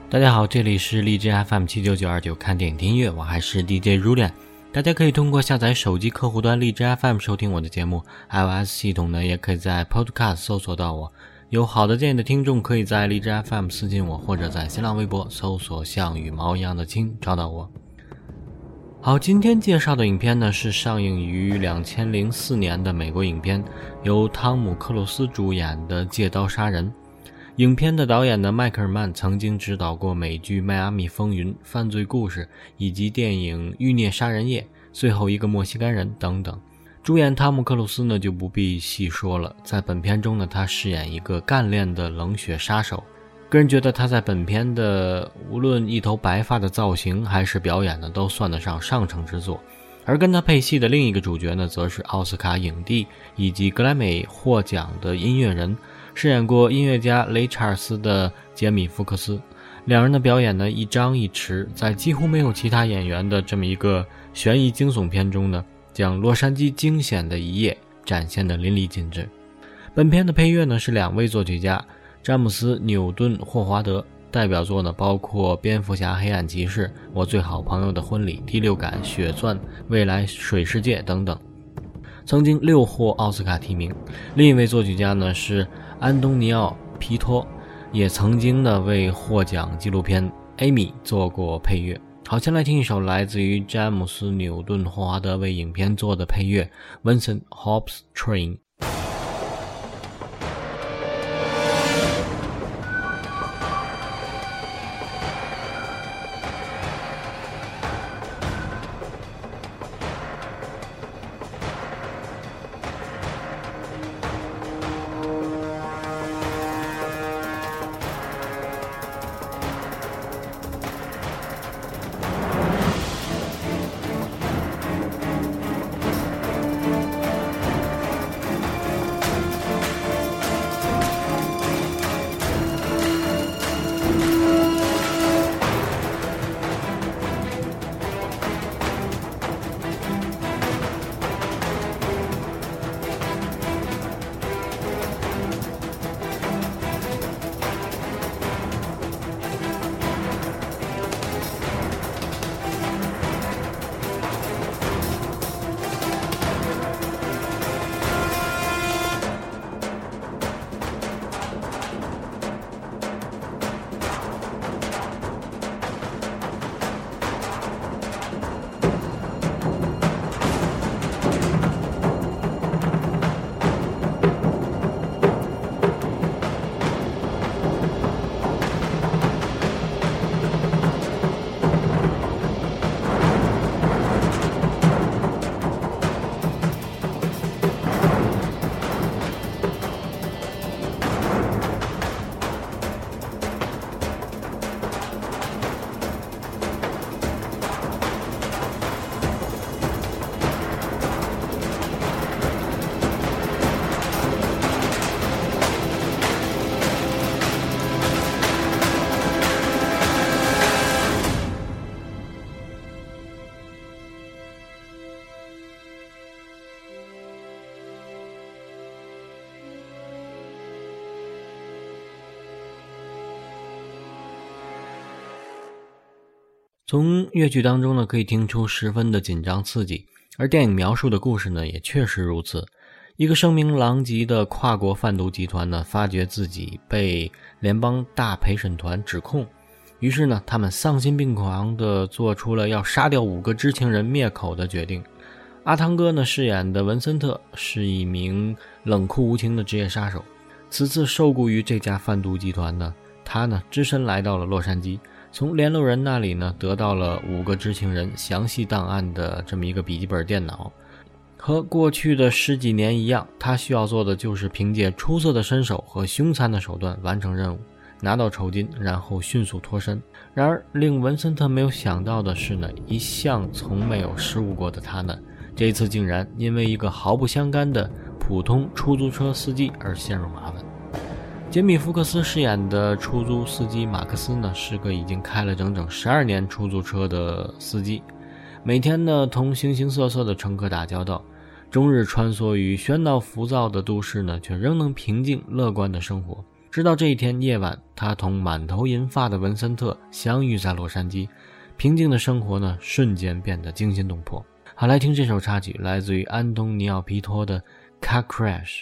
大家好，这里是荔枝 FM79929 看电影听音乐，我还是 DJ Rulian。大家可以通过下载手机客户端荔枝 FM 收听我的节目， iOS 系统呢也可以在 Podcast 搜索到我。有好的建议的听众可以在荔枝 FM 私信我，或者在新浪微博搜索像羽毛一样的青找到我。好，今天介绍的影片呢是上映于2004年的美国影片，由汤姆克鲁斯主演的《借刀杀人》。影片的导演呢迈克尔曼曾经执导过美剧《迈阿密风云》、犯罪故事以及电影《欲孽杀人夜》、最后一个墨西哥人等等。主演汤姆克鲁斯呢就不必细说了，在本片中呢他饰演一个干练的冷血杀手。个人觉得他在本片的无论一头白发的造型还是表演呢都算得上上乘之作。而跟他配戏的另一个主角呢则是奥斯卡影帝以及格莱美获奖的音乐人，饰演过音乐家雷查尔斯的杰米·福克斯。两人的表演呢一张一弛，在几乎没有其他演员的这么一个悬疑惊悚片中呢，将洛杉矶惊险的一夜展现得淋漓尽致。本片的配乐呢是两位作曲家，詹姆斯·纽顿·霍华德，代表作呢包括蝙蝠侠、黑暗骑士、我最好朋友的婚礼、第六感、血钻、未来水世界等等，曾经6获奥斯卡提名。另一位作曲家呢是安东尼奥·皮托，也曾经呢为获奖纪录片《艾米》做过配乐。好，先来听一首来自于詹姆斯·纽顿·霍华德为影片做的配乐 Vincent Hope's Train。从乐曲当中呢可以听出十分的紧张刺激，而电影描述的故事呢也确实如此。一个声名狼藉的跨国贩毒集团呢发觉自己被联邦大陪审团指控，于是呢他们丧心病狂地做出了要杀掉5个知情人灭口的决定。阿汤哥呢饰演的文森特是一名冷酷无情的职业杀手，此次受雇于这家贩毒集团呢，他呢只身来到了洛杉矶，从联络人那里呢得到了5个知情人详细档案的这么一个笔记本电脑。和过去的10几年一样，他需要做的就是凭借出色的身手和凶残的手段完成任务，拿到酬金，然后迅速脱身。然而令文森特没有想到的是呢，一向从没有失误过的他呢，这一次竟然因为一个毫不相干的普通出租车司机而陷入麻烦。杰米·福克斯饰演的出租司机马克思呢，是个已经开了整整12年出租车的司机，每天呢同形形色色的乘客打交道，终日穿梭于喧闹浮躁的都市呢，却仍能平静乐观的生活。 直到这一天夜晚，他同满头银发的文森特相遇在洛杉矶，平静的生活呢瞬间变得惊心动魄。好，来听这首插曲，来自于安东尼奥皮托的 Car Crash。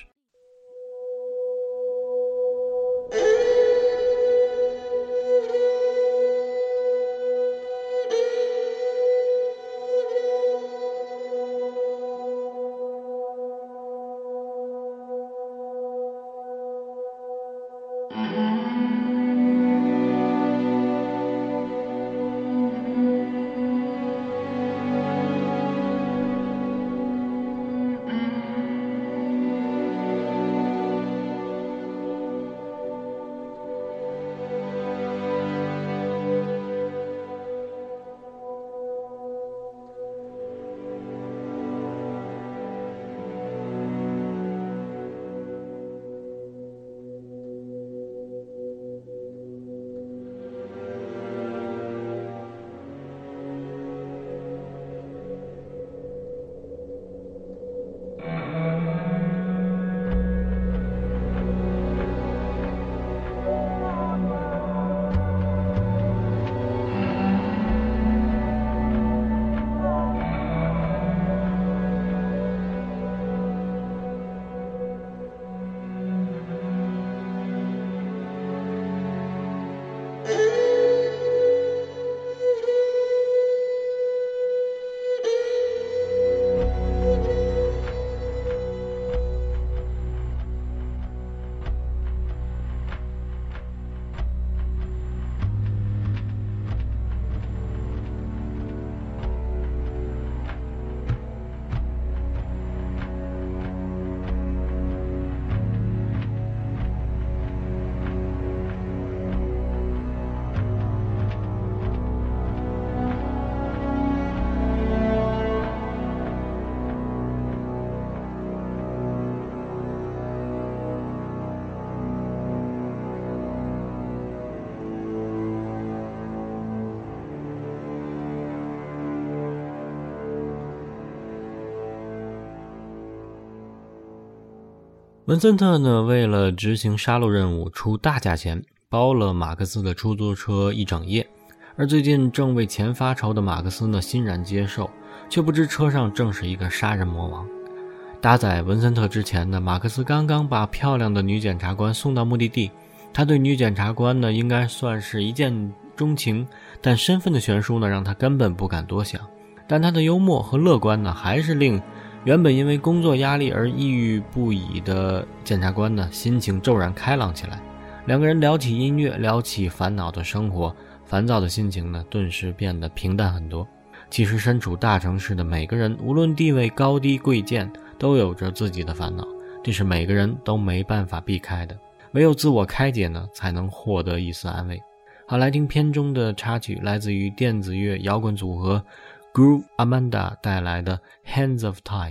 文森特呢，为了执行杀戮任务，出大价钱包了马克思的出租车一整夜。而最近正为钱发愁的马克思呢，欣然接受，却不知车上正是一个杀人魔王。搭载文森特之前呢，马克思刚刚把漂亮的女检察官送到目的地。他对女检察官呢，应该算是一见钟情，但身份的悬殊呢，让他根本不敢多想。但他的幽默和乐观呢，还是令原本因为工作压力而抑郁不已的检察官呢，心情骤然开朗起来。两个人聊起音乐，聊起烦恼的生活，烦躁的心情呢，顿时变得平淡很多。其实身处大城市的每个人，无论地位高低贵贱，都有着自己的烦恼，这是每个人都没办法避开的。唯有自我开解呢，才能获得一丝安慰。好，来听片中的插曲，来自于电子乐摇滚组合 Groove Amanda 带来的 Hands of Time。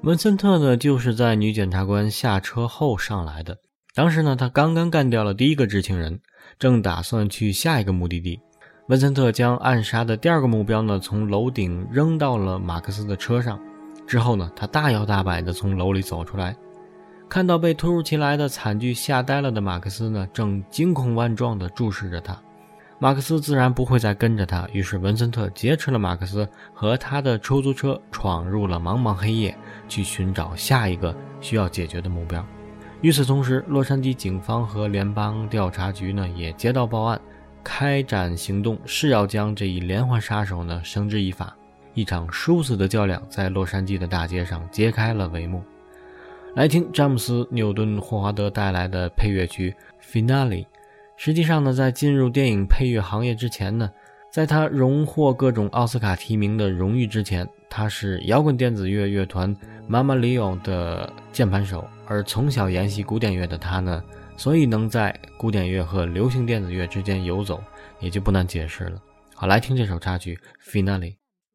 文森特呢，就是在女检察官下车后上来的。当时呢，他刚刚干掉了第一个知情人，正打算去下一个目的地。文森特将暗杀的第二个目标呢，从楼顶扔到了马克思的车上。之后呢，他大摇大摆地从楼里走出来，看到被突如其来的惨剧吓呆了的马克思呢，正惊恐万状地注视着他。马克思自然不会再跟着他，于是文森特劫持了马克思和他的出租车，闯入了茫茫黑夜，去寻找下一个需要解决的目标。与此同时，洛杉矶警方和联邦调查局呢也接到报案，开展行动，是要将这一连环杀手呢绳之以法。一场殊死的较量在洛杉矶的大街上揭开了帷幕。来听詹姆斯·纽顿·霍华德带来的配乐曲 Finale。 实际上呢，在进入电影配乐行业之前呢，在他荣获各种奥斯卡提名的荣誉之前，他是摇滚电子乐乐团 Mama Leo 的键盘手。而从小研习古典乐的他呢，所以能在古典乐和流行电子乐之间游走，也就不难解释了。好，来听这首插曲 Finale。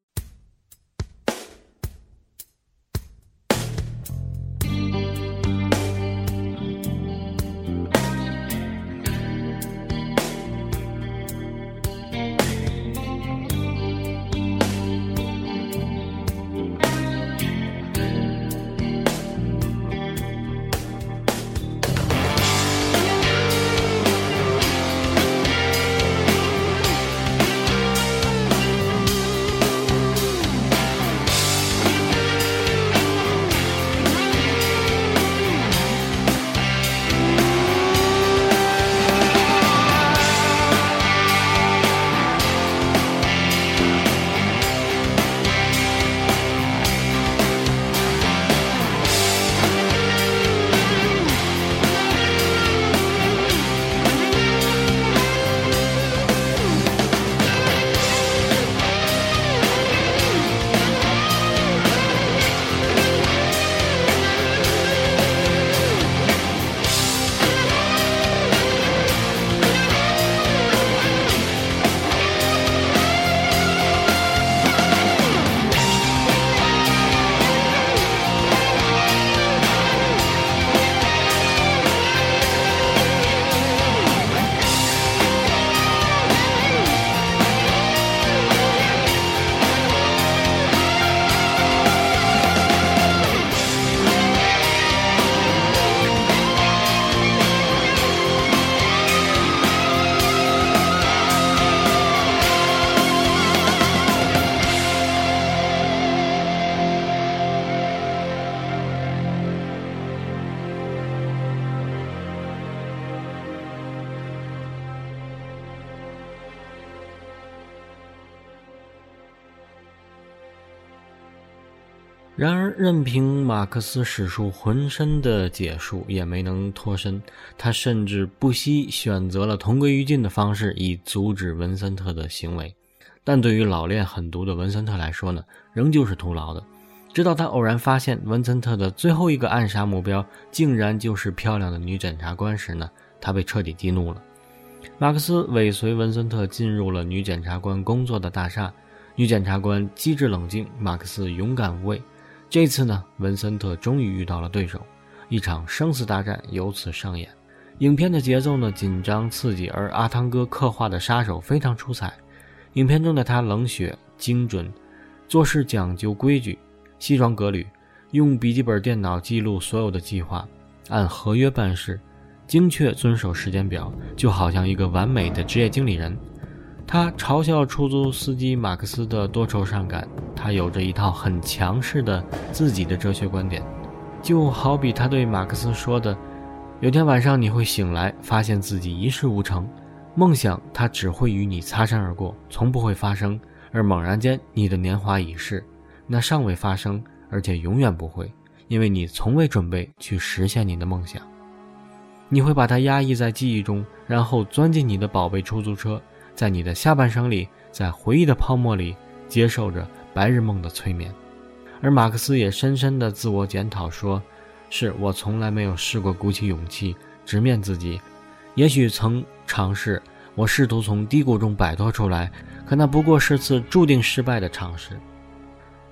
然而任凭马克思使出浑身的解数也没能脱身，他甚至不惜选择了同归于尽的方式以阻止文森特的行为。但对于老练狠毒的文森特来说呢，仍旧是徒劳的。直到他偶然发现文森特的最后一个暗杀目标竟然就是漂亮的女检察官时呢，他被彻底激怒了。马克思尾随文森特进入了女检察官工作的大厦，女检察官机智冷静，马克思勇敢无畏。这次呢，文森特终于遇到了对手，一场生死大战由此上演。影片的节奏呢紧张刺激，而阿汤哥刻画的杀手非常出彩。影片中的他冷血精准，做事讲究规矩，西装革履，用笔记本电脑记录所有的计划，按合约办事，精确遵守时间表，就好像一个完美的职业经理人。他嘲笑出租司机马克思的多愁善感，他有着一套很强势的自己的哲学观点，就好比他对马克思说的，有天晚上你会醒来，发现自己一事无成，梦想它只会与你擦身而过，从不会发生，而猛然间你的年华已逝，那尚未发生，而且永远不会，因为你从未准备去实现你的梦想。你会把它压抑在记忆中，然后钻进你的宝贝出租车，在你的下半生里，在回忆的泡沫里接受着白日梦的催眠。而马克思也深深地自我检讨说，是我从来没有试过鼓起勇气直面自己，也许曾尝试，我试图从低谷中摆脱出来，可那不过是次注定失败的尝试。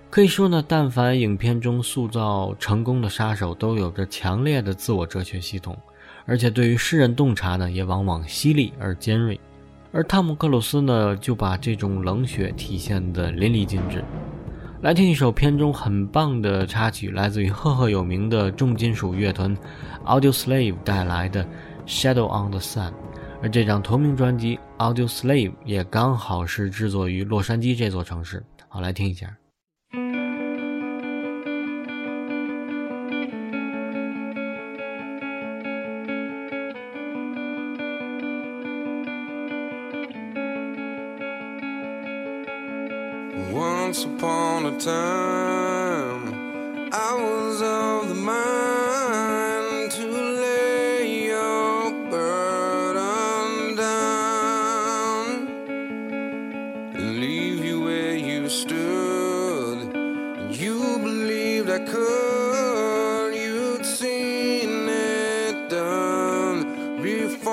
可以说呢，但凡影片中塑造成功的杀手都有着强烈的自我哲学系统，而且对于世人洞察呢也往往犀利而尖锐，而汤姆克鲁斯呢就把这种冷血体现得淋漓尽致。来听一首片中很棒的插曲，来自于赫赫有名的重金属乐团 Audioslave 带来的 Shadow on the Sun， 而这张同名专辑 Audioslave 也刚好是制作于洛杉矶这座城市。好，来听一下。 Once upon a time, I was of the mind to lay your burden down and leave you where you stood. And you believed I could, you'd seen it done before.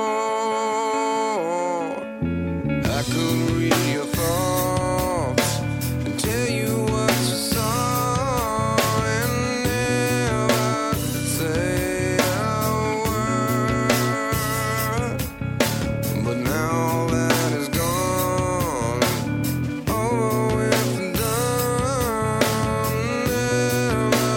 I could read your thoughts, tell you what you saw, and never say a word. But now that is gone, over with and done, never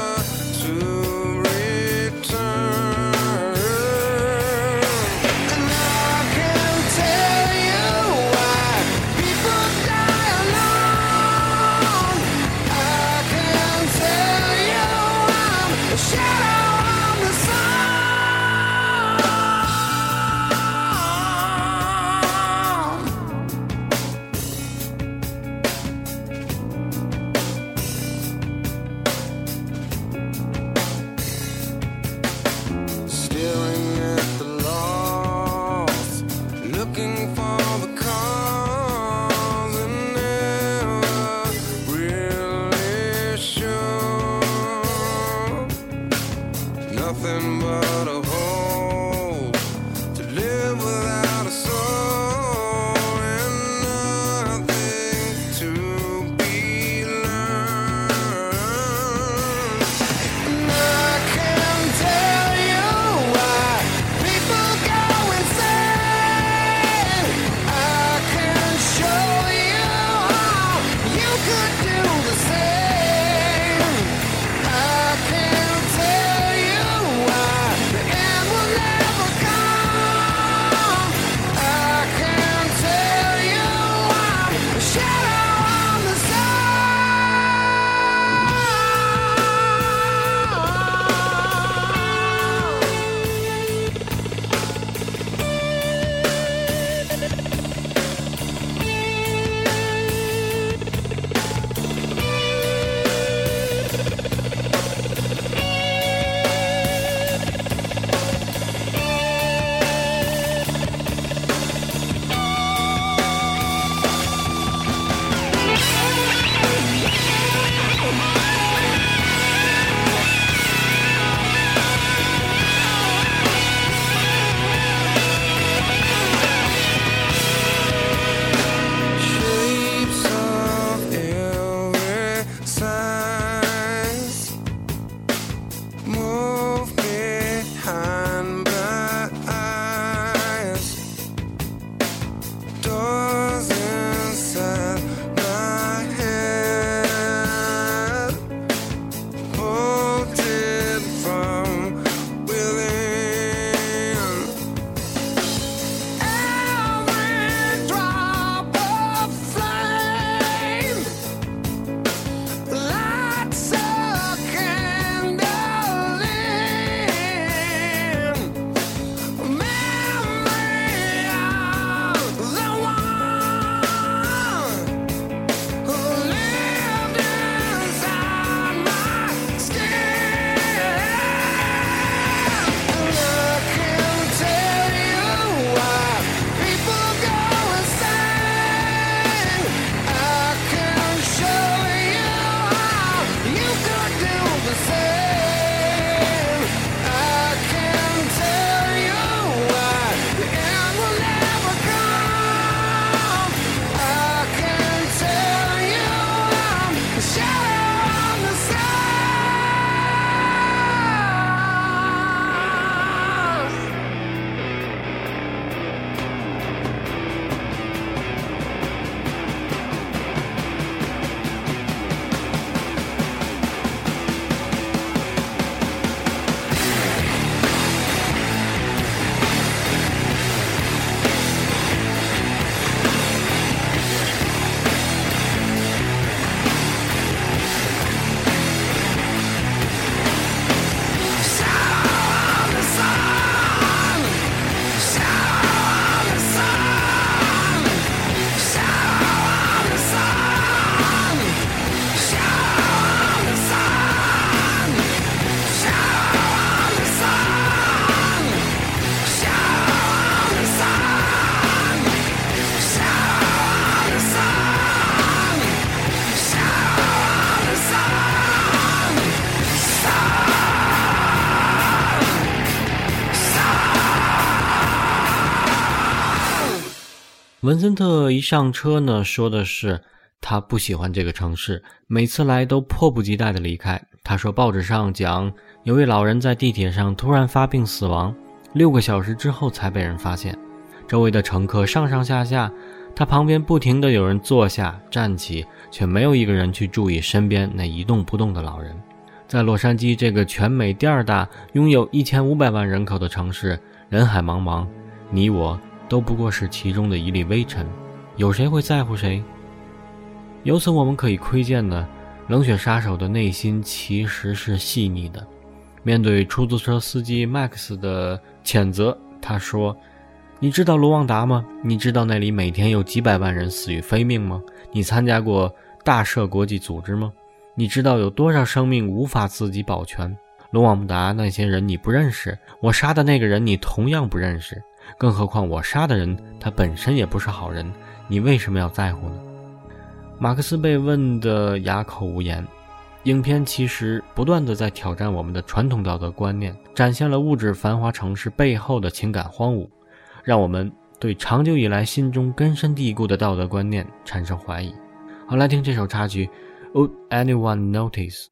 文森特一上车呢，说的是他不喜欢这个城市，每次来都迫不及待地离开。他说报纸上讲有位老人在地铁上突然发病死亡，6个小时之后才被人发现。周围的乘客上上下下，他旁边不停地有人坐下站起，却没有一个人去注意身边那一动不动的老人。在洛杉矶这个全美第2大拥有1500万人口的城市，人海茫茫，你我都不过是其中的一粒微尘，有谁会在乎谁？由此我们可以窥见的，冷血杀手的内心其实是细腻的。面对出租车司机 Max 的谴责，他说，你知道卢旺达吗？你知道那里每天有几百万人死于非命吗？你参加过大赦国际组织吗？你知道有多少生命无法自己保全？卢旺达那些人你不认识，我杀的那个人你同样不认识，更何况我杀的人他本身也不是好人，你为什么要在乎呢？马克思被问得哑口无言。影片其实不断地在挑战我们的传统道德观念，展现了物质繁华城市背后的情感荒芜，让我们对长久以来心中根深蒂固的道德观念产生怀疑。好，来听这首插曲 Would Anyone Notice。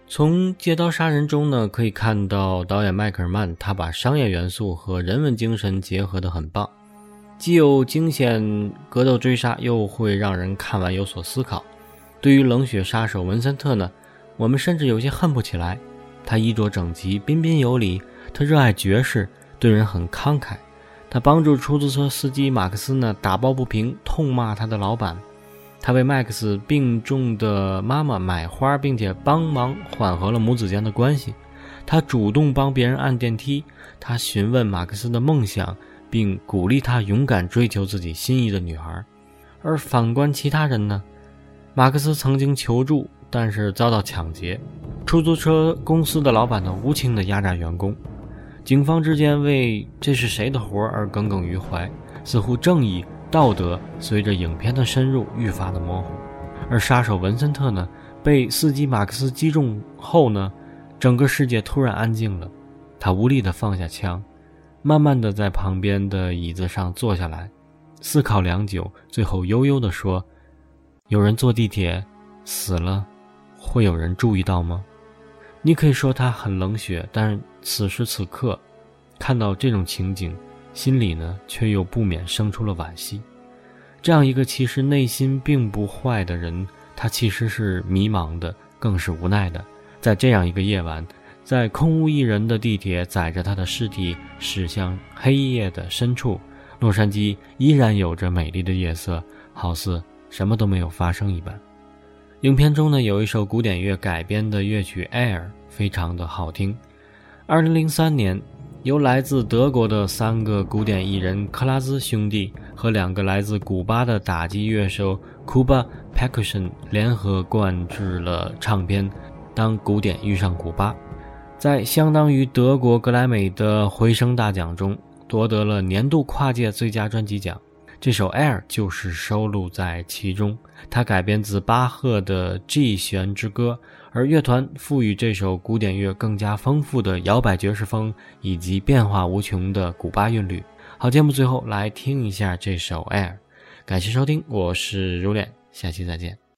从街道杀人中呢，可以看到导演迈克尔曼他把商业元素和人文精神结合得很棒，既有惊险格斗追杀，又会让人看完有所思考。对于冷血杀手文森特呢，我们甚至有些恨不起来。他衣着整齐，彬彬有礼，他热爱爵士，对人很慷慨。他帮助出租车司机马克思呢打抱不平，痛骂他的老板。他为麦克斯病重的妈妈买花，并且帮忙缓和了母子间的关系。他主动帮别人按电梯，他询问马克思的梦想，并鼓励他勇敢追求自己心仪的女孩。而反观其他人呢，马克思曾经求助，但是遭到抢劫。出租车公司的老板呢无情地压榨员工。警方之间为这是谁的活而耿耿于怀，似乎正义道德随着影片的深入愈发的模糊。而杀手文森特呢，被司机马克思击中后呢，整个世界突然安静了。他无力地放下枪，慢慢地在旁边的椅子上坐下来，思考良久，最后悠悠地说：有人坐地铁死了，会有人注意到吗？你可以说他很冷血，但此时此刻看到这种情景，心里呢却又不免生出了惋惜。这样一个其实内心并不坏的人，他其实是迷茫的，更是无奈的。在这样一个夜晚，在空无一人的地铁载着他的尸体驶向黑夜的深处，洛杉矶依然有着美丽的夜色，好似什么都没有发生一般。影片中呢有一首古典乐改编的乐曲 Air， 非常的好听。2003年由来自德国的3个古典艺人克拉兹兄弟和2个来自古巴的打击乐手 Cuba Percussion 联合灌制了唱片当古典遇上古巴，在相当于德国格莱美的回声大奖中夺得了年度跨界最佳专辑奖。这首 Air 就是收录在其中，它改编自巴赫的 G 弦之歌，而乐团赋予这首古典乐更加丰富的摇摆爵士风以及变化无穷的古巴韵律。好，节目最后来听一下这首 Air。感谢收听，我是如恋，下期再见。